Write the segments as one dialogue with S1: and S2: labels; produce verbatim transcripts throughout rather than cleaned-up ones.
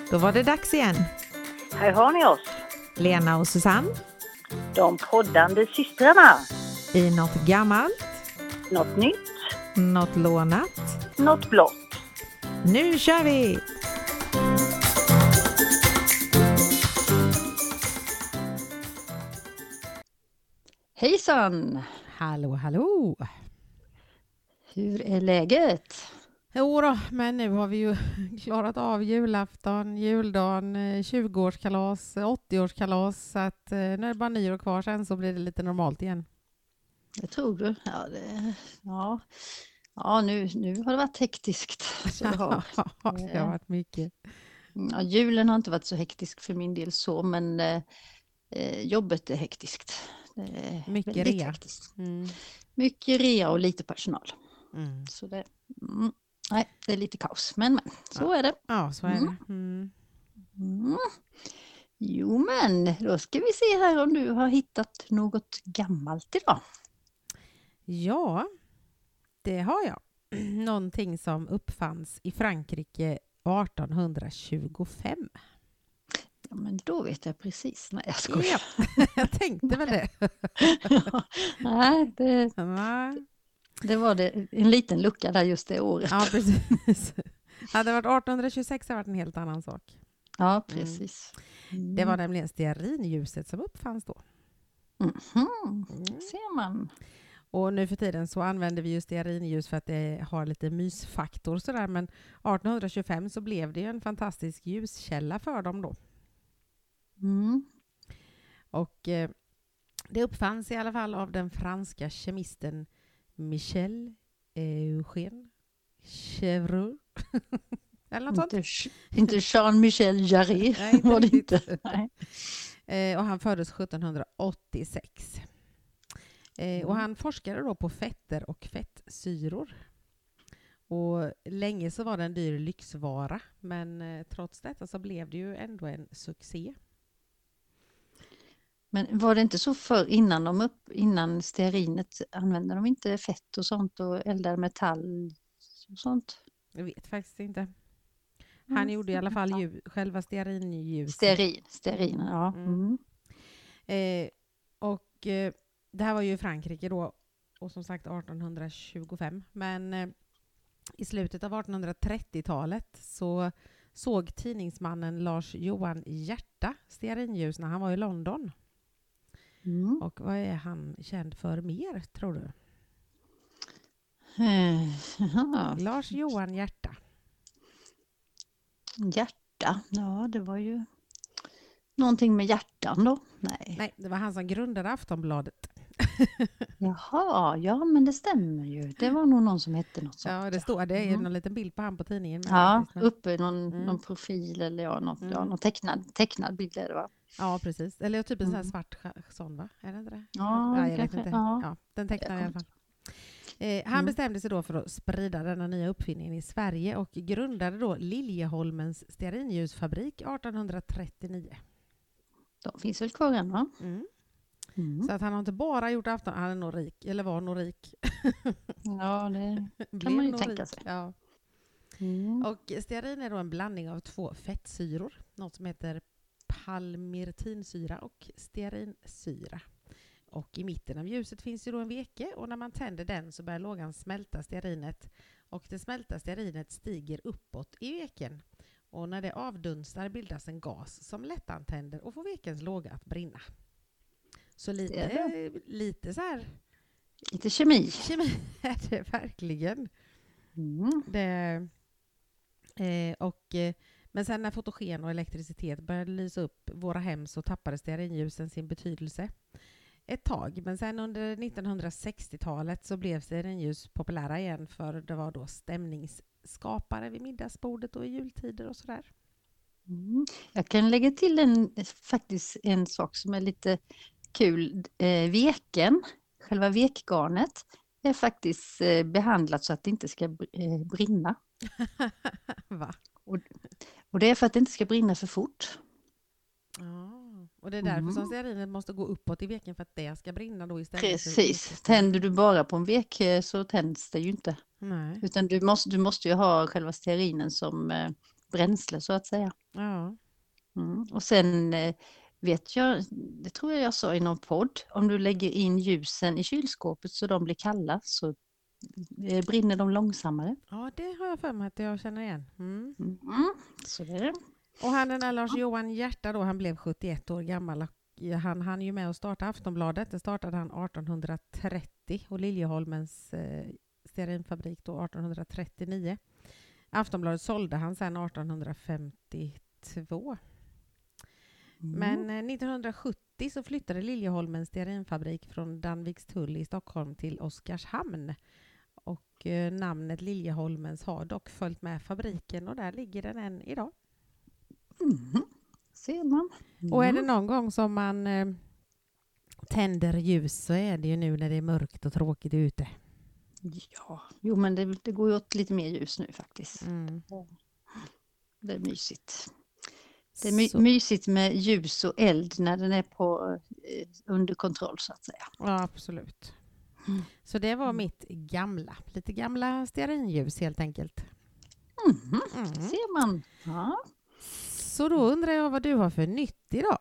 S1: Då var det dags igen.
S2: Här har ni oss.
S1: Lena och Susanne.
S2: De poddande systrarna.
S1: I något gammalt.
S2: Något nytt.
S1: Något lånat.
S2: Något blått.
S1: Nu kör vi!
S3: Hejsan!
S1: Hallå, hallå!
S3: Hur är läget?
S1: Jo då, men nu har vi ju klarat av julafton, juldagen, tjugoårskalas, åttioårskalas. Så att nu är det bara nio år kvar, sen så blir det lite normalt igen.
S3: Det tror du? Ja, det, ja. ja nu, nu har det varit hektiskt. Så det, har.
S1: det har varit mycket.
S3: Ja, julen har inte varit så hektisk för min del så, men eh, jobbet är hektiskt. Det är
S1: mycket
S3: väldigt
S1: rea.
S3: Hektiskt.
S1: Mm.
S3: Mycket rea och lite personal.
S1: Mm.
S3: Så det, mm, nej, det är lite kaos, men, men så
S1: ja.
S3: är det.
S1: Ja, så är
S3: mm.
S1: det. Mm.
S3: Mm. Jo, men då ska vi se här om du har hittat något gammalt idag.
S1: Ja, det har jag. Någonting som uppfanns i Frankrike arton tjugofem.
S3: Ja, men då vet jag precis. Nej, jag skojar.
S1: Ja, jag tänkte väl det.
S3: ja, nej, det,
S1: Nej.
S3: det var det, en liten lucka där just det året.
S1: Ja, precis. Hade det varit arton tjugosex hade det varit en helt annan sak.
S3: Ja, precis. Mm.
S1: Det var nämligen stearinljuset som uppfanns då.
S3: Mm-hmm. Mm. Ser man.
S1: Och nu för tiden så använder vi ju stearinljus för att det har lite mysfaktor sådär. Men arton tjugofem så blev det ju en fantastisk ljuskälla för dem då.
S3: Mm.
S1: Och eh, det uppfanns i alla fall av den franska kemisten Michel Eugène Chevreul. Eller något
S3: inte,
S1: sånt.
S3: Inte Jean-Michel Jarry.
S1: Nej, inte
S3: var det
S1: riktigt.
S3: inte. Nej.
S1: Eh, och han föddes sjutton åttiosex. Eh,
S3: Mm.
S1: och han forskade då på fetter och fettsyror. Och länge så var det en dyr lyxvara. Men eh, trots detta så blev det ju ändå en succé.
S3: Men var det inte så för innan de upp, innan stearinet använde de inte fett och sånt och eldade metall och sånt?
S1: Jag vet faktiskt inte. Han
S3: Mm.
S1: gjorde i alla fall ljus, själva stearinljuset.
S3: Stearin, stearin, ja. Mm.
S1: Eh, och eh, det här var ju i Frankrike då. Och som sagt arton tjugofem. Men eh, i slutet av artonhundratrettiotalet så såg tidningsmannen Lars Johan Hierta stearinljus när han var i London.
S3: Mm.
S1: Och vad är han känd för mer, tror du?
S3: Eh, ja.
S1: Lars Johan Hierta.
S3: Hjärta, ja det var ju någonting med hjärtan då. Nej.
S1: Nej, det var han som grundade Aftonbladet.
S3: Jaha, ja men det stämmer ju. Det var nog någon som hette något sånt.
S1: Ja, det står det. är
S3: Mm.
S1: någon liten bild på han på tidningen.
S3: Ja,
S1: Men-
S3: uppe någon,
S1: Mm.
S3: någon profil eller ja, något,
S1: Mm.
S3: ja, någon tecknad, tecknad bild är det va?
S1: Ja, precis. Eller typ en sån här
S3: Mm.
S1: svart sk- sån, va? Är det inte det?
S3: Ja,
S1: jag vet
S3: kanske,
S1: inte.
S3: ja.
S1: Ja, den tecknar
S3: Jag
S1: i alla fall. Eh, han
S3: Mm.
S1: bestämde sig då för att sprida denna nya uppfinning i Sverige och grundade då Liljeholmens stearinljusfabrik arton trettionio.
S3: De finns väl kvar än va?
S1: Mm.
S3: Mm.
S1: Så att han har inte bara gjort afton, han är nog rik, eller var nog rik.
S3: Ja, det
S1: Blev
S3: man ju
S1: nog
S3: tänka
S1: rik.
S3: sig.
S1: Ja.
S3: mm.
S1: Och stearin är då en blandning av två fettsyror, något som heter palmirtinsyra och stearinsyra. Och i mitten av ljuset finns ju då en veke och när man tänder den så börjar lågan smälta stearinet och det smälta stearinet stiger uppåt i veken. Och när det avdunstar bildas en gas som lättantänder och får vekens låga att brinna. Så lite,
S3: Det
S1: lite så här
S3: Lite kemi.
S1: kemi är det verkligen.
S3: Mm.
S1: Det, eh, och, eh, men sen när fotogen och elektricitet började lysa upp våra hem så tappade stearinljusen sin betydelse ett tag. Men sen under nittonhundrasextiotalet så blev stearinljus populära igen för det var då stämningsskapare vid middagsbordet och i jultider och sådär.
S3: Mm. Jag kan lägga till en, faktiskt en sak som är lite kul. Eh, veken, själva vekgarnet är faktiskt eh, behandlat så att det inte ska br- eh, brinna.
S1: Va?
S3: Och det är för att det inte ska brinna för fort.
S1: Ja. Och det är därför
S3: Mm.
S1: som stearinet måste gå uppåt i veken för att det ska brinna då istället. för-
S3: Precis. Tänder du bara på en vek eh, så tänds det ju inte.
S1: Nej.
S3: Utan du måste, du måste ju ha själva stearinen som, eh, bränsle så att säga.
S1: Ja.
S3: Mm. Och sen eh, vet jag, det tror jag jag sa i någon podd, om du lägger in ljusen i kylskåpet så de blir kalla så eh, brinner de långsammare.
S1: ja, det har jag för mig att jag känner igen. Mm.
S3: Mm. Så det är det.
S1: Och han den där Lars-Johan Hjärta då, han blev sjuttioett år gammal. Han hann ju med att starta Aftonbladet. Det startade han arton trettio och Liljeholmens eh, stearinfabrik då arton trettionio. Aftonbladet sålde han sedan arton femtiotvå.
S3: Mm.
S1: Men eh, nittonhundrasjuttio så flyttade Liljeholmens stearinfabrik från Danvikstull i Stockholm till Oskarshamn. Och eh, namnet Liljeholmens har dock följt med fabriken och där ligger den än idag.
S3: Mm. Ser man. Mm.
S1: Och är det någon gång som man eh, tänder ljus så är det ju nu när det är mörkt och tråkigt ute.
S3: Ja, jo men det, det går ju åt lite mer ljus nu faktiskt.
S1: Mm.
S3: Det är mysigt. Det är my-
S1: Så,
S3: mysigt med ljus och eld när den är på eh, under kontroll så att säga.
S1: ja, absolut.
S3: Mm.
S1: Så det var mitt gamla, lite gamla stearinljus helt enkelt.
S3: Mhm.
S1: Mm.
S3: Ser man. Ja.
S1: Så då undrar jag vad du har för nytt idag.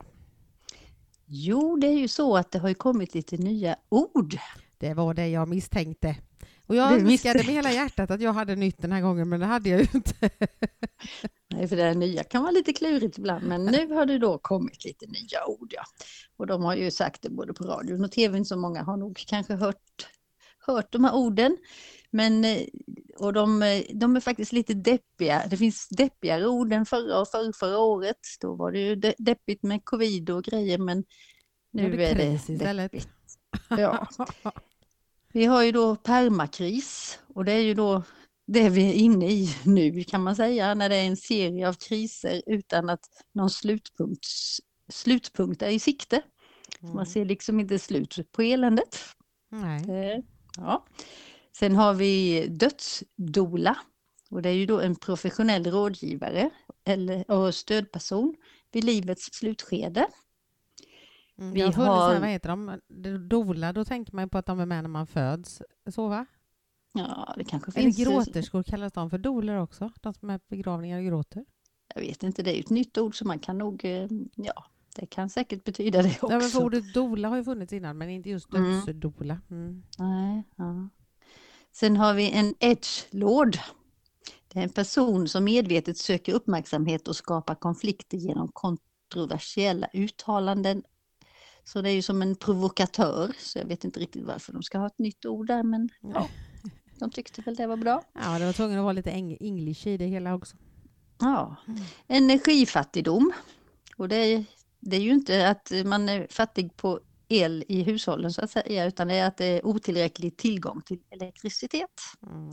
S3: Jo, det är ju så att det har ju kommit lite nya ord.
S1: Det var det jag misstänkte. Och jag
S3: Du
S1: önskade
S3: misstänkte.
S1: med hela hjärtat att jag hade nytt den här gången, men det hade jag ju inte.
S3: Nej, för det här nya kan vara lite klurigt ibland, men nu har det då kommit lite nya ord. Ja. Och de har ju sagt det både på radion och tvn, så många har nog kanske hört, hört de här orden. Men, eh, och de, eh, de är faktiskt lite deppiga. Det finns deppigare ord än förra och förra, förra året. Då var det ju de- deppigt med covid och grejer, men nu
S1: Nu är det
S3: är det
S1: kris istället.
S3: deppigt. Ja. Vi har ju då permakris och det är ju då det vi är inne i nu kan man säga, när det är en serie av kriser utan att någon slutpunkt, slutpunkt är i sikte.
S1: Mm.
S3: Man ser liksom inte slut på eländet.
S1: Nej.
S3: Eh, Ja. Sen har vi dödsdoula och det är ju då en professionell rådgivare eller, och stödperson vid livets slutskede.
S1: Mm.
S3: Vi
S1: Jag har funnits
S3: har-
S1: här, vad heter de? Dola, då tänker man på att de är med när man föds. Så va?
S3: Ja, det kanske
S1: Eller
S3: finns.
S1: gråterskor kallas de för doler också. De som är på begravningar och gråter.
S3: Jag vet inte, det är ju ett nytt ord så man kan nog, eh, ja, det kan säkert betyda det också.
S1: Ja, men för ordet dola har ju funnits innan, men inte just
S3: Mm.
S1: dödsdola. Mm.
S3: Nej, ja. Sen har vi en edgelord. Det är en person som medvetet söker uppmärksamhet och skapar konflikter genom kontroversiella uttalanden. Så det är ju som en provokatör, så jag vet inte riktigt varför de ska ha ett nytt ord där, men ja, de tyckte väl det var bra.
S1: Ja, det var tvungen att vara lite eng- English i det hela också.
S3: Ja. Energifattigdom. Och det är, det är ju inte att man är fattig på el i hushållen så att säga, utan det är att det är otillräcklig tillgång till elektricitet.
S1: Mm.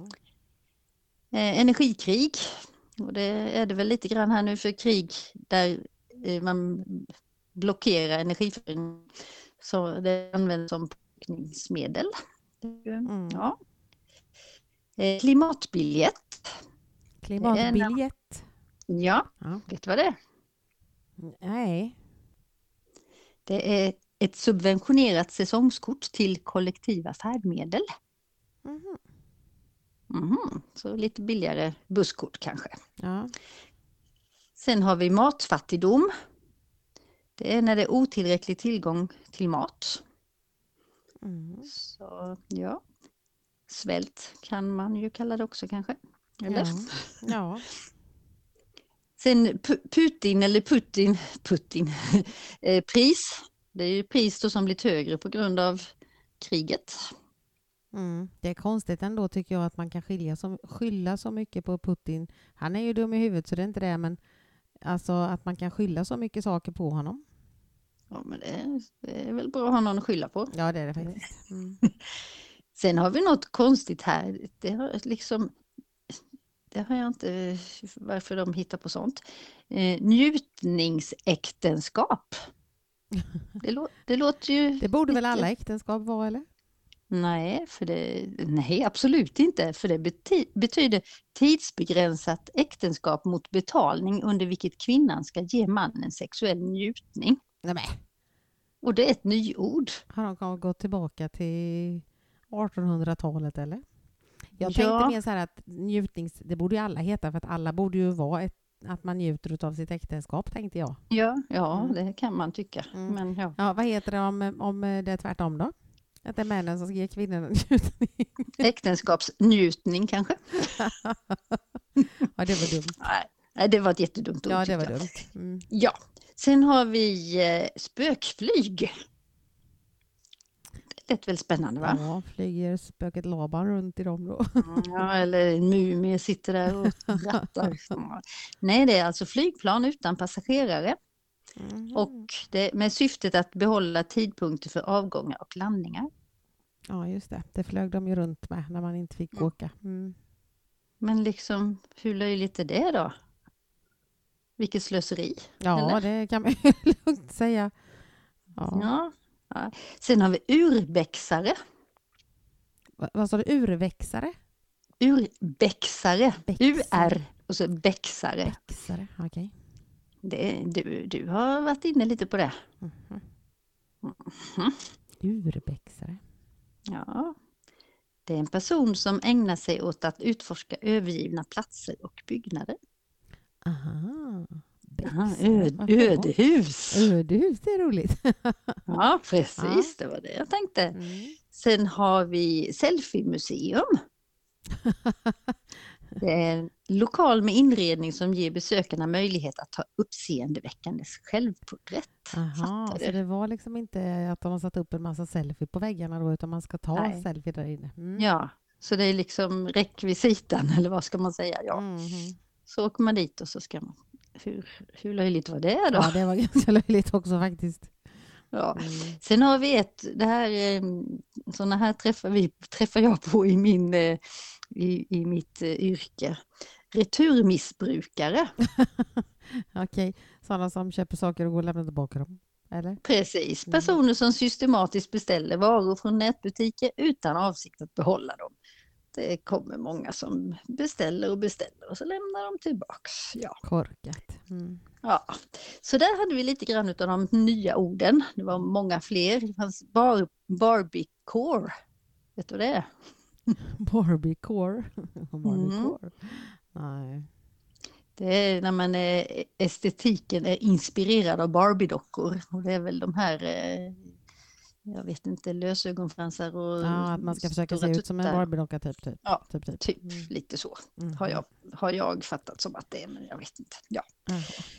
S3: Eh, energikrig. Och det är det väl lite grann här nu för krig där eh, man blockerar energiförsörjning. Så det används som påtryckningsmedel.
S1: Mm.
S3: Ja. Eh, klimatbiljett.
S1: Klimatbiljett.
S3: Ja,
S1: Ja.
S3: vet du vad det är?
S1: Nej.
S3: Det är ett subventionerat säsongskort till kollektiva färdmedel.
S1: Mhm.
S3: Mhm, så lite billigare busskort kanske.
S1: Ja.
S3: Sen har vi matfattigdom. Det är när det är otillräcklig tillgång till mat.
S1: Mm.
S3: Så ja, svält kan man ju kalla det också kanske. Eller?
S1: Ja. Ja.
S3: Sen Pu- Putin eller Putin, Putin eh, pris. Det är ju pris då som blivit högre på grund av kriget.
S1: Mm. Det är konstigt ändå tycker jag att man kan skilja så, skylla så mycket på Putin. Han är ju dum i huvudet så det är inte det, men alltså att man kan skylla så mycket saker på honom.
S3: Ja, men det är, det är väl bra att ha någon att skylla på.
S1: Ja, det är det faktiskt. Mm.
S3: Sen har vi något konstigt här. Det har liksom, det har jag inte, varför de hittar på sånt. Eh, njutningsäktenskap. Det, lå, det låter ju...
S1: Det borde väl
S3: lite-
S1: alla äktenskap vara, eller?
S3: Nej, för det, nej, absolut inte. För det bety, betyder tidsbegränsat äktenskap mot betalning under vilket kvinnan ska ge mannen sexuell njutning.
S1: Nej, men.
S3: Och det är ett nyord.
S1: Har de kanske gått tillbaka till artonhundratalet eller? Jag
S3: Ja.
S1: tänkte mer så här att njutnings, det borde ju alla heta för att alla borde ju vara ett att man njuter av sitt äktenskap, tänkte jag.
S3: Ja, ja
S1: Mm.
S3: det kan man tycka.
S1: Mm.
S3: Men ja.
S1: Ja, vad heter det om, om det är tvärtom då? Att det är männen som ska ge kvinnorna njutning.
S3: Äktenskapsnjutning kanske?
S1: Ja, det var dumt.
S3: Nej, nej, det var ett jättedumt ord.
S1: Ja, det
S3: tycker
S1: var
S3: jag.
S1: dumt. Mm.
S3: Ja, sen har vi eh, spökflyg. Det lät väl spännande, va?
S1: Ja, flyger spöket Laban runt i dem då?
S3: Ja, eller en mumie sitter där och rattar. Nej, det är alltså flygplan utan passagerare.
S1: Mm.
S3: Och det, med syftet att behålla tidpunkter för avgångar och landningar.
S1: Ja, just det. Det flög de ju runt med när man inte fick
S3: Mm.
S1: åka. Mm.
S3: Men liksom, hur löjligt är det då? Vilket slöseri.
S1: Ja,
S3: Eller?
S1: det kan man ju lugnt säga. Ja.
S3: Ja. Ja. Sen har vi urbexare.
S1: Va- vad sa du? Urväxare?
S3: Urbexare.
S1: Bexare.
S3: U R och så bexare.
S1: Växare, okej.
S3: Det, du, du har varit inne lite på det.
S1: Mhm.
S3: Mhm.
S1: Urväxare.
S3: Ja. Det är en person som ägnar sig åt att utforska övergivna platser och byggnader.
S1: Aha.
S3: Aha,
S1: Bexare.
S3: öd,
S1: Varför då?
S3: ödehus.
S1: Ödehus, det är roligt.
S3: Ja, precis.
S1: Ja.
S3: Det var det jag tänkte.
S1: Mm.
S3: Sen har vi selfie-museum. Det är en lokal med inredning som ger besökarna möjlighet att ta uppseendeväckande självporträtt.
S1: Aha,
S3: Fattar
S1: så
S3: du?
S1: det var liksom inte att de har satt upp en massa selfie på väggarna då, utan man ska ta
S3: Nej.
S1: selfie där inne. Mm.
S3: Ja, så det är liksom rekvisitan, eller vad ska man säga? Ja.
S1: Mhm.
S3: Så åker man dit och så ska man... Hur, hur löjligt var det då?
S1: Ja, det var ganska löjligt också faktiskt.
S3: Ja.
S1: Mm.
S3: Sen har vi ett, det här, eh, sådana här träffar, vi, träffar jag på i, min, eh, i, i mitt eh, yrke. Returmissbrukare.
S1: Okej, sådana som köper saker och går och lämnar tillbaka dem. Eller?
S3: Precis,
S1: Mm.
S3: personer som systematiskt beställer varor från nätbutiker utan avsikt att behålla dem. Det kommer många som beställer och beställer och så lämnar de tillbaks. Ja.
S1: Korkat. Mm.
S3: Ja. Så där hade vi lite grann av de nya orden. Det var många fler. Det fanns bar, Barbiecore. Vet du vad det är?
S1: Barbiecore. Barbiecore.
S3: Mm.
S1: Nej.
S3: Det är när man är, estetiken är inspirerad av Barbie-dockor. Och det är väl de här, eh, jag vet inte, lösögonfransar och...
S1: Ja, att man ska försöka se
S3: stora
S1: ut som en
S3: tuttar.
S1: Barbie-docka typ. Typ,
S3: Ja,
S1: typ, typ.
S3: Typ
S1: Mm.
S3: lite så
S1: Mhm.
S3: har jag, har jag fattat som att det är, men jag vet inte. Ja.
S1: Jaha.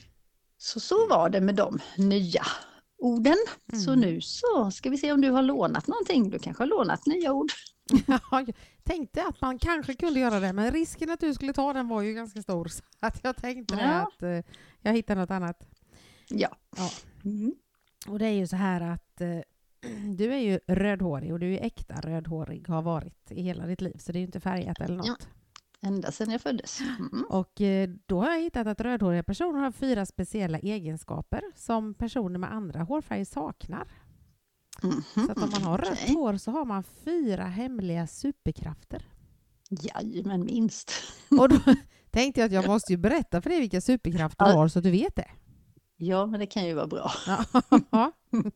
S3: Så så var det med de nya orden.
S1: Mm.
S3: Så nu så ska vi se om du har lånat någonting. Du kanske har lånat nya ord.
S1: Ja, jag tänkte att man kanske kunde göra det, men risken att du skulle ta den var ju ganska stor. Så att jag tänkte det
S3: Ja.
S1: att eh, jag hittar något annat.
S3: Ja.
S1: Ja.
S3: Mm.
S1: Och det är ju så här att eh, du är ju rödhårig och du är äkta rödhårig, har varit i hela ditt liv. Så det är ju inte färgat eller något.
S3: Ja. Ända sedan jag föddes. Mm.
S1: Och eh, då har jag hittat att rödhåriga personer har fyra speciella egenskaper som personer med andra hårfärger saknar.
S3: Mhm.
S1: Så att om man har rött
S3: Okej.
S1: hår så har man fyra hemliga superkrafter.
S3: Jajamän, minst.
S1: Och då tänkte jag att jag måste ju berätta för dig vilka superkrafter du
S3: Ja.
S1: har så att du vet det.
S3: Ja, men det kan ju vara bra.
S1: Ja.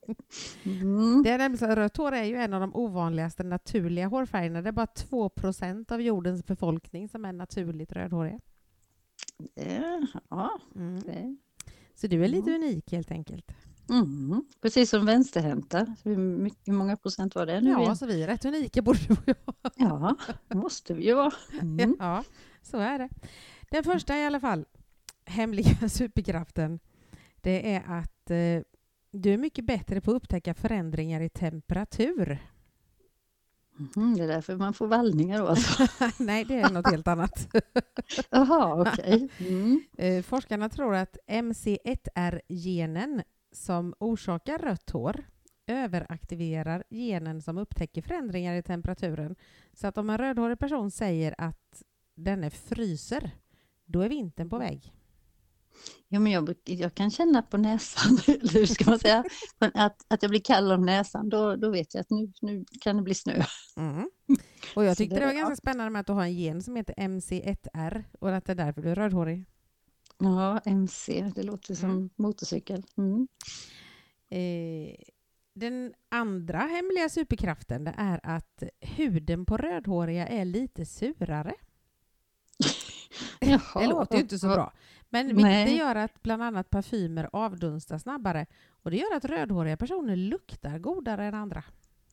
S3: Mm.
S1: Det är nämligen så att rött hår är ju en av de ovanligaste naturliga hårfärgerna. Det är bara två procent av jordens befolkning som är naturligt rödhåriga.
S3: Det, ja,
S1: Mm.
S3: det.
S1: Så du är lite
S3: Mm.
S1: unik helt enkelt.
S3: Mm. Precis som vänsterhänta. Hur, mycket, hur många procent var det nu
S1: Ja,
S3: igen?
S1: så vi är rätt unika både du och jag.
S3: Ja, det måste vi ju vara. Mm.
S1: Ja, så är det. Den första i alla fall, hemliga superkraften, det är att eh, du är mycket bättre på att upptäcka förändringar i temperatur.
S3: Mm, det är därför man får vallningar då alltså.
S1: Nej, det är något helt annat.
S3: Jaha, okej. Mm.
S1: Eh, forskarna tror att M C ett R-genen som orsakar rött hår överaktiverar genen som upptäcker förändringar i temperaturen. Så att om en rödhårig person säger att den är fryser, då är vintern på väg.
S3: Ja, men jag, bruk- jag kan känna på näsan, eller hur ska man säga, att, att jag blir kall om näsan, då, då vet jag att nu, nu kan det bli snö.
S1: Mm. Och jag
S3: Så
S1: tyckte
S3: det-
S1: det var
S3: ja.
S1: ganska spännande med att du har en gen som heter M C ett R och att det är därför du är rödhårig.
S3: Ja, M C, det låter som
S1: Mm.
S3: motorcykel. Mm.
S1: Eh, den andra hemliga superkraften det är att huden på rödhåriga är lite surare. det låter ju inte så bra. Men vilket
S3: Nej.
S1: det gör att bland annat parfymer avdunstar snabbare. Och det gör att rödhåriga personer luktar godare än andra.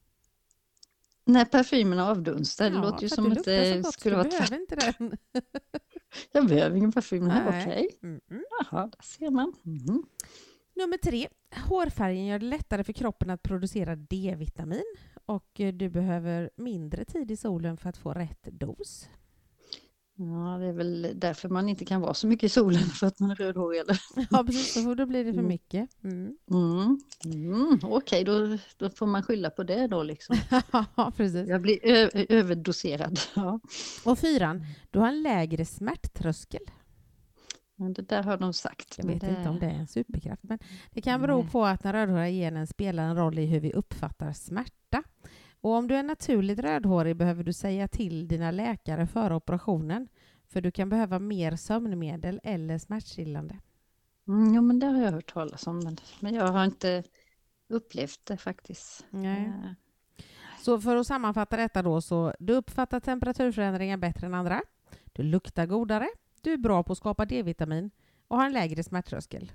S3: När parfymerna avdunstar, det
S1: Ja,
S3: låter ju
S1: för
S3: som
S1: du
S3: att
S1: luktar så
S3: det
S1: gott,
S3: skulle
S1: du
S3: vara
S1: behöver
S3: tvärtom.
S1: inte den.
S3: Jag behöver ingen parfym här,
S1: Nej.
S3: okej.
S1: Mm, mm.
S3: Jaha, där ser man. Mhm.
S1: Nummer tre. Hårfärgen gör det lättare för kroppen att producera D-vitamin. Och eh, du behöver mindre tid i solen för att få rätt dos.
S3: Ja, det är väl därför man inte kan vara så mycket i solen för att man är rödhårig, eller?
S1: Ja, precis. Så då blir det för
S3: Mm.
S1: mycket. Mm.
S3: Mm. Mm. Okej, då, då får man skylla på det då liksom.
S1: Ja, precis.
S3: Jag blir ö- överdoserad. Ja.
S1: Och fyran. Du har en lägre smärttröskel.
S3: Men det där har de sagt.
S1: Jag
S3: men
S1: vet
S3: det...
S1: inte om det är en superkraft. Men det kan bero
S3: Nej.
S1: på att den rödhåriga genen spelar en roll i hur vi uppfattar smärta. Och om du är naturligt rödhårig behöver du säga till dina läkare före operationen. För du kan behöva mer sömnmedel eller smärtstillande.
S3: Mm, jo, men det har jag hört talas om. Men, men jag har inte upplevt det faktiskt.
S1: Nej.
S3: Eh,
S1: Så för att sammanfatta detta då, så du uppfattar temperaturförändringar bättre än andra. Du luktar godare. Du är bra på att skapa D-vitamin och har en lägre smärttröskel.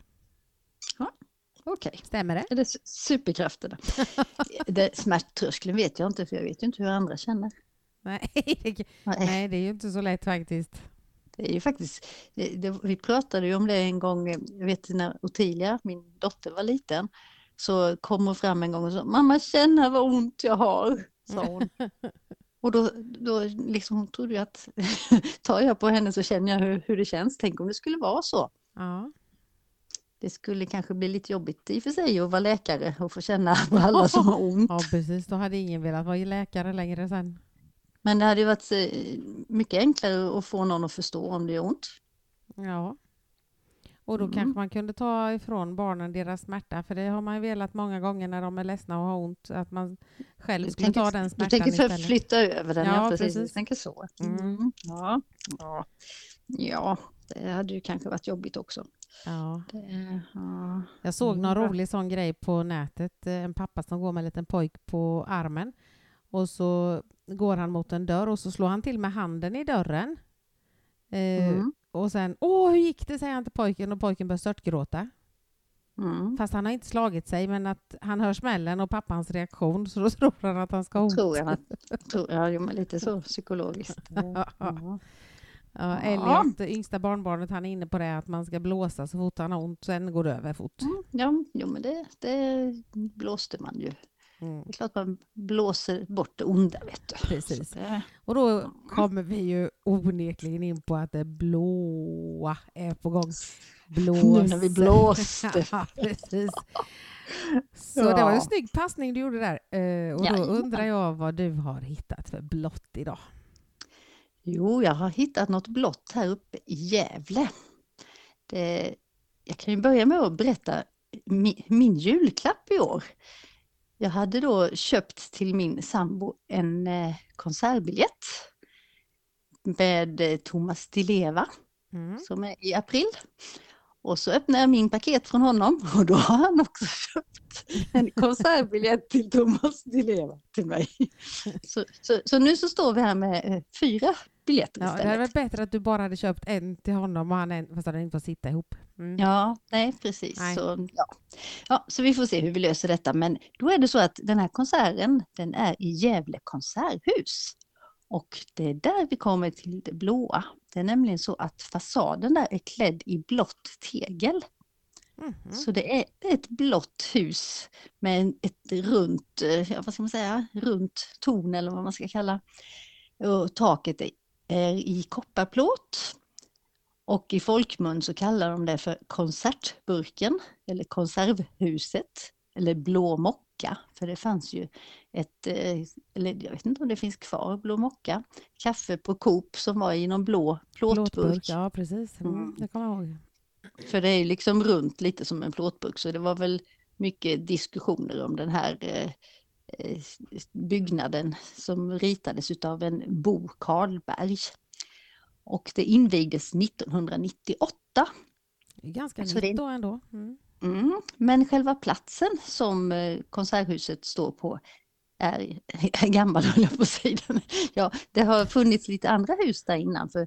S3: Okej,
S1: Stämmer det?
S3: är det su- superkrafterna? det, smärttröskeln vet jag inte, för jag vet ju inte hur andra känner.
S1: Nej, det,
S3: Nej.
S1: nej, det är ju inte så lätt faktiskt.
S3: Det är ju faktiskt, det, det, vi pratade ju om det en gång, jag vet när Ottilia, min dotter, var liten, så kom hon fram en gång och sa, mamma, känna vad ont jag har, sa hon. Och då, då liksom, hon trodde ju att tar jag på henne så känner jag hur, hur det känns. Tänk om det skulle vara så.
S1: Ja.
S3: Det skulle kanske bli lite jobbigt i och för sig att vara läkare och få känna på alla som har ont.
S1: Ja, precis. Då hade ingen velat vara läkare längre sen.
S3: Men det hade ju varit eh, mycket enklare att få någon att förstå om det är ont.
S1: Ja. Och då
S3: Mm.
S1: kanske man kunde ta ifrån barnen deras smärta. För det har man ju velat många gånger när de är ledsna och har ont. Att man själv
S3: Du
S1: skulle
S3: tänker,
S1: ta den
S3: du
S1: smärtan
S3: tänker för
S1: istället.
S3: flytta över den,
S1: Ja,
S3: ja, precis.
S1: precis.
S3: Jag tänker så.
S1: Mm.
S3: Mm. Ja. Ja. ja, det hade ju kanske varit jobbigt också.
S1: Ja.
S3: Det, ja.
S1: Jag såg någon
S3: Mm.
S1: rolig sån grej på nätet. En pappa som går med en liten pojk på armen. Och så går han mot en dörr och så slår han till med handen i dörren. Eh,
S3: Mm.
S1: Och sen, åh hur gick det, säger han till pojken, och pojken börjar störtgråta.
S3: Mm.
S1: Fast han har inte slagit sig, men att han hör smällen och pappans reaktion, så då tror han att han ska ha ont.
S3: Tror jag. Att, tror, ja, jo, men lite så psykologiskt. Ja.
S1: Ja,
S3: Ja.
S1: Elliot, det yngsta barnbarnet, han är inne på det att man ska blåsa så fort han har ont, sen går det över fort.
S3: Mm, ja, jo, men det, det blåste man ju.
S1: Mm.
S3: Det är klart man blåser bort det onda, vet du.
S1: Precis.
S3: Så det,
S1: Och då kommer vi ju onekligen in på att det blåa är på gång. Blåsa.
S3: nu när vi blåste.
S1: Ja, precis. Så
S3: Ja.
S1: det var ju en snygg passning du gjorde där. Eh, och då
S3: Jajamän.
S1: undrar jag vad du har hittat för blått idag.
S3: Jo, jag har hittat något blått här uppe i Gävle. Det, jag kan ju börja med att berätta min, min julklapp i år. Jag hade då köpt till min sambo en eh, konsertbiljett med eh, Thomas Di Leva
S1: Mm.
S3: som är i april. Och så öppnar jag min paket från honom och då har han också köpt en konsertbiljett till Thomas Di Leva till mig. Så, så, så nu så står vi här med eh, fyra biljetter
S1: Ja, det
S3: istället.
S1: hade varit bättre att du bara hade köpt en till honom och han en, fast han inte får sitta ihop. Mm.
S3: Ja, nej precis.
S1: Nej.
S3: Så, ja. Ja, så vi får se hur vi löser detta. Men då är det så att den här konserten, den är i Gävle konserthus. Och det är där vi kommer till det blåa. Det är nämligen så att fasaden där är klädd i blått tegel.
S1: Mhm.
S3: Så det är ett blått hus med en- ett runt, eh, ja, vad ska man säga, runt torn eller vad man ska kalla. Och taket är, är i kopparplåt. Och i folkmun så kallar de det för konsertburken eller konservhuset eller blå mocka. För det fanns ju ett, eh, eller jag vet inte om det finns kvar, blå mocka. Kaffe på Coop som var i någon blå plåtburk.
S1: Plåtburk, ja precis. Mm.
S3: Mm.
S1: Det kommer jag ihåg.
S3: För det är ju liksom runt lite som en plåtburk, så det var väl mycket diskussioner om den här eh, eh, byggnaden som ritades av en Bo Karlberg. Och det invigdes nittonhundranittioåtta.
S1: Det är ganska
S3: Så
S1: nytt
S3: det-
S1: då ändå. Mm.
S3: Mm. Men själva platsen som eh, konserthuset står på är, är gammal, höll jag på att säga. Ja, det har funnits lite andra hus där innan, för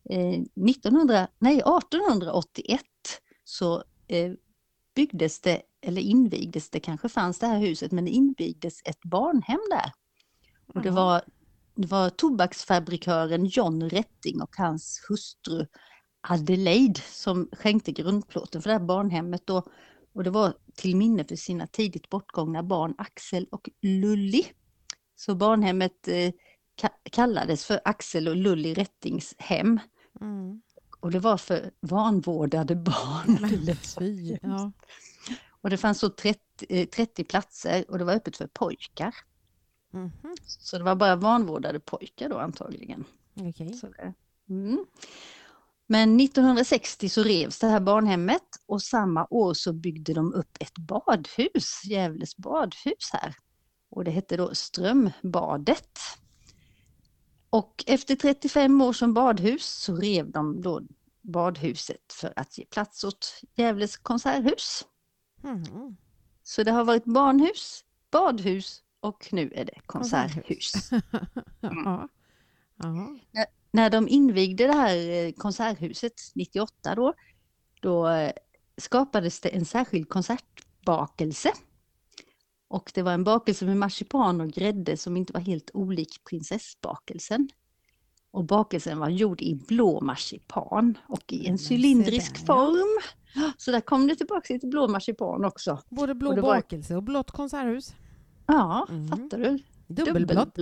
S3: eh, nittonhundra, nej, artonhundraåttioett så eh, byggdes det, eller invigdes det, kanske fanns det här huset, men det invigdes ett barnhem där. Och det
S1: Jaha.
S3: var, det var tobaksfabrikören John Rätting och hans hustru Adelaide som skänkte grundplåten för det här barnhemmet då. Och det var till minne för sina tidigt bortgångna barn Axel och Lully. Så barnhemmet eh, ka- kallades för Axel och Lully Rättings hem.
S1: Mm.
S3: Och det var för vanvårdade barn.
S1: Men fy, ja.
S3: Och det fanns så trettio, eh, trettio platser och det var öppet för pojkar.
S1: Mhm.
S3: Så det var bara vanvårdade pojkar då antagligen.
S1: Okej.
S3: Så det, mm. Men nittonhundrasextio så revs det här barnhemmet och samma år så byggde de upp ett badhus, Gävles badhus här. Och det hette då Strömbadet. Och efter trettiofem år som badhus så rev de då badhuset för att ge plats åt Gävles konserthus.
S1: Mhm.
S3: Så det har varit barnhus, badhus och nu är det konserthus.
S1: Ja. Jaha.
S3: När de invigde det här eh, konserthuset nittioåtta då, då eh, skapades det en särskild konsertbakelse. Och det var en bakelse med marsipan och grädde som inte var helt olik prinsessbakelsen. Och bakelsen var gjord i blå marsipan och i en
S1: Men se
S3: cylindrisk
S1: där, ja.
S3: form. Så där kom det tillbaka lite blå marsipan också.
S1: Både blå
S3: Och det var-
S1: bakelse och blått konserthus.
S3: Ja,
S1: Mm.
S3: fattar du?
S1: Dubbelblått.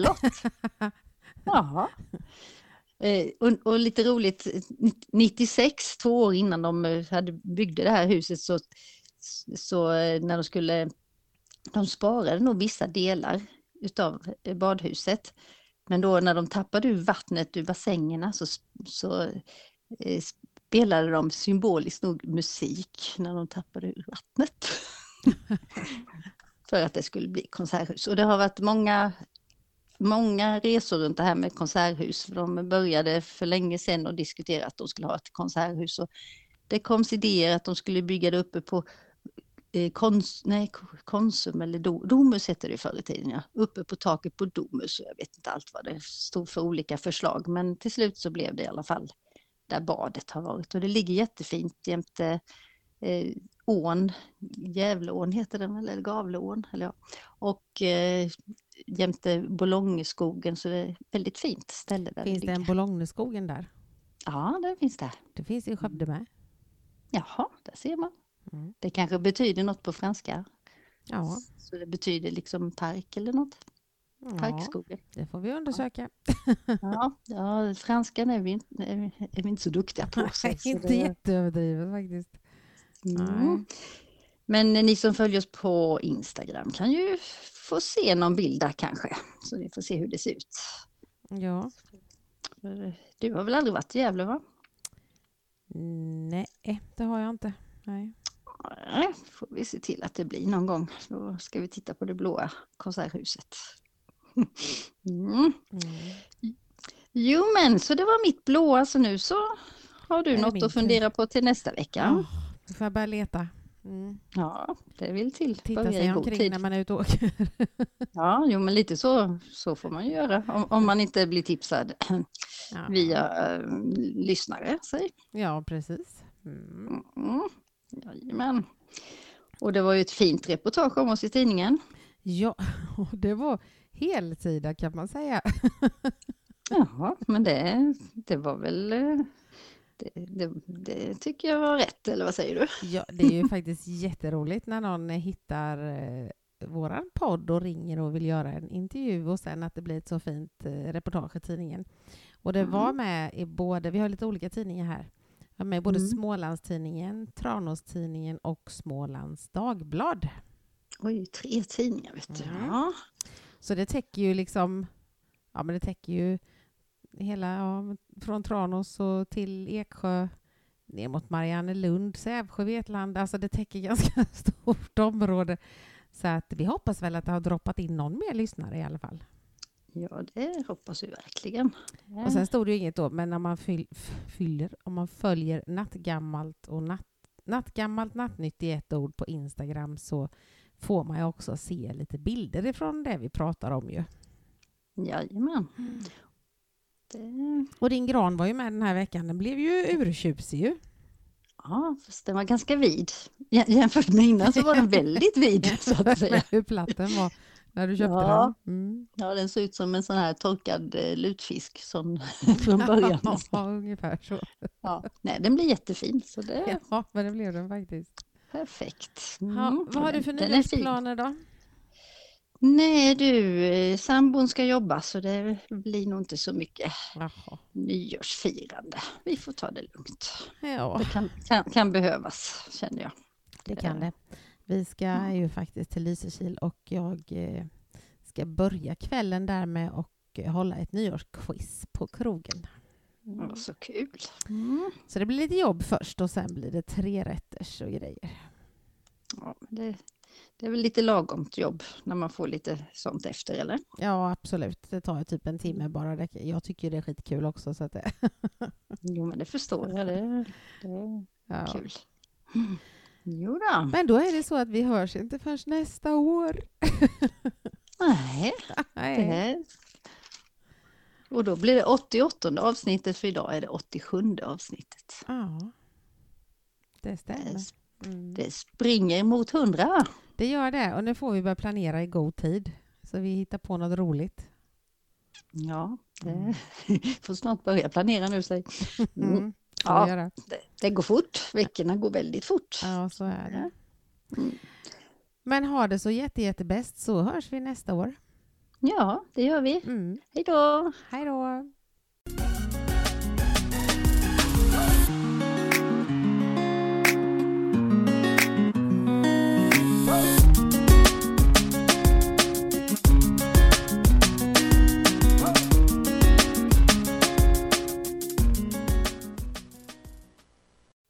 S3: Ja. Eh, och, och lite roligt, nittiosex, två år innan de eh, hade byggde det här huset så, så eh, när de skulle, de sparade nog vissa delar utav eh, badhuset. Men då när de tappade ur vattnet ur bassängerna så, så eh, spelade de symboliskt nog musik när de tappade ur vattnet. För att det skulle bli konserthus. Och det har varit många Många resor runt det här med konserthus. För de började för länge sedan och diskutera att de skulle ha ett konserthus. Och det kom idéer att de skulle bygga det uppe på eh, kons, nej, Konsum eller Do, Domus hette det förr i tiden. Ja. Uppe på taket på Domus. Jag vet inte allt vad det stod för olika förslag. Men till slut så blev det i alla fall där badet har varit. Och det ligger jättefint jämte eh, ån. Gävleån heter den väl, eller Gavleån. Eller ja. Och eh, jämte Bolongeskogen, så det är ett väldigt fint ställe där.
S1: Finns det en Bologneskogen där?
S3: Ja, det finns det.
S1: Det finns i Skövde med.
S3: Jaha, där ser man.
S1: Mm.
S3: Det kanske betyder något på franska.
S1: Ja.
S3: Så det betyder liksom park eller något.
S1: Ja,
S3: Parkskogen.
S1: det får vi undersöka.
S3: Ja, ja, franskan är vi, inte, är, vi, är vi inte så duktiga på. Så,
S1: Nej,
S3: så
S1: inte
S3: det,
S1: jätteöverdrivet faktiskt.
S3: mm.
S1: Nej.
S3: Men ni som följer oss på Instagram kan ju få se någon bild där kanske. Så ni får se hur det ser ut.
S1: Ja.
S3: Du har väl aldrig varit i Gävle, va?
S1: Nej, det har jag inte. Nej.
S3: Nej, får vi se till att det blir någon gång. Då ska vi titta på det blåa konserthuset. Mm.
S1: Mm.
S3: Jo men, så det var mitt blåa, så nu så har du
S1: Är det
S3: något
S1: min
S3: att fundera på till nästa vecka.
S1: Ja, då får jag börja leta. Mm.
S3: Ja, det vill till.
S1: Titta
S3: Börja i
S1: sig
S3: god
S1: omkring
S3: tid.
S1: när man är ute och åker.
S3: Ja, jo men lite så, så får man ju göra. Om, om man inte blir tipsad
S1: Ja.
S3: via äh, lyssnare. Säg.
S1: Ja, precis. Mm.
S3: Mm. Jajamän. Och det var ju ett fint reportage om oss i tidningen.
S1: Ja, och det var helsida kan man säga.
S3: Jaha, men det, det var väl... eh, Det, det, det tycker jag var rätt, eller vad säger du?
S1: Ja, det är ju faktiskt jätteroligt när någon hittar eh, våran podd och ringer och vill göra en intervju och sen att det blir ett så fint eh, reportage i tidningen. Och det
S3: Mm.
S1: var med i både, vi har lite olika tidningar här. Det var med i både
S3: Mm.
S1: Smålandstidningen, Tranåstidningen och Smålands Dagblad.
S3: Oj, tre tidningar vet du.
S1: Mm.
S3: Ja.
S1: Så det täcker ju liksom, ja men det täcker ju hela, ja, från Tranås och till Eksjö, ner mot Mariannelund, Sävsjö, Vetlanda, alltså det täcker ganska stort område. Så att vi hoppas väl att det har droppat in någon mer lyssnare i alla fall.
S3: Ja, det hoppas vi verkligen. Ja.
S1: Och sen stod det ju inget då, men när man fyll, f- fyller, om man följer nattgammalt och natt, nattgammalt nattnytt i ett ord på Instagram så får man ju också se lite bilder ifrån det vi pratar om ju.
S3: Jajamän. Det...
S1: Och din gran var ju med den här veckan. Den blev ju urtjusig ju.
S3: Ja, fast den var ganska vid. Jä- Jämfört med innan så var den väldigt vid, så att säga.
S1: Hur platt den var när du köpte
S3: Ja.
S1: den. Mm.
S3: Ja, den ser ut som en sån här torkad eh, lutfisk som från början.
S1: Ja, ungefär så.
S3: Ja. Nej, den blir jättefin, så det är
S1: Ja, men det blev den faktiskt.
S3: perfekt.
S1: Ja,
S3: Mm.
S1: vad har du för
S3: Den- den är fin.
S1: nyårsplaner då?
S3: Nej du, eh, sambon ska jobba så det blir nog inte så mycket
S1: Jaha.
S3: nyårsfirande. Vi får ta det lugnt.
S1: Ja,
S3: Det kan, kan, kan behövas, känner jag.
S1: det kan det. Vi ska ju faktiskt till Lysekil och jag eh, ska börja kvällen där med och eh, hålla ett nyårsquiz på krogen.
S3: Ja, så kul. Mm.
S1: Så det blir lite jobb först och sen blir det tre rätters och grejer.
S3: Ja, men det, det är väl lite lagomt jobb när man får lite sånt efter, eller?
S1: Ja, absolut. Det tar ju typ en timme bara. Det- Jag tycker det är skitkul också. Så att det,
S3: Jo, men det förstår jag. Det, det är
S1: ja.
S3: kul. Jo då.
S1: Men då är det så att vi hörs inte förrän nästa år.
S3: Nej,
S1: Nej.
S3: det... Och då blir det åttioåttonde avsnittet, för idag är det åttiosjunde avsnittet.
S1: Ja, det
S3: Det,
S1: stämmer. Mm.
S3: det springer mot hundra, va?
S1: Det gör det. Och nu får vi börja planera i god tid. Så vi hittar på något roligt.
S3: Ja, det får snart börja planera nu. Sig. Mm.
S1: Mm. Får
S3: Ja.
S1: vi göra.
S3: Det, det går fort. Veckorna går väldigt fort.
S1: Ja, så är det.
S3: Mm.
S1: Men ha det så jätte, jättebäst så hörs vi nästa år.
S3: Ja, det gör vi.
S1: Mm.
S3: Hej då!
S1: Hej då!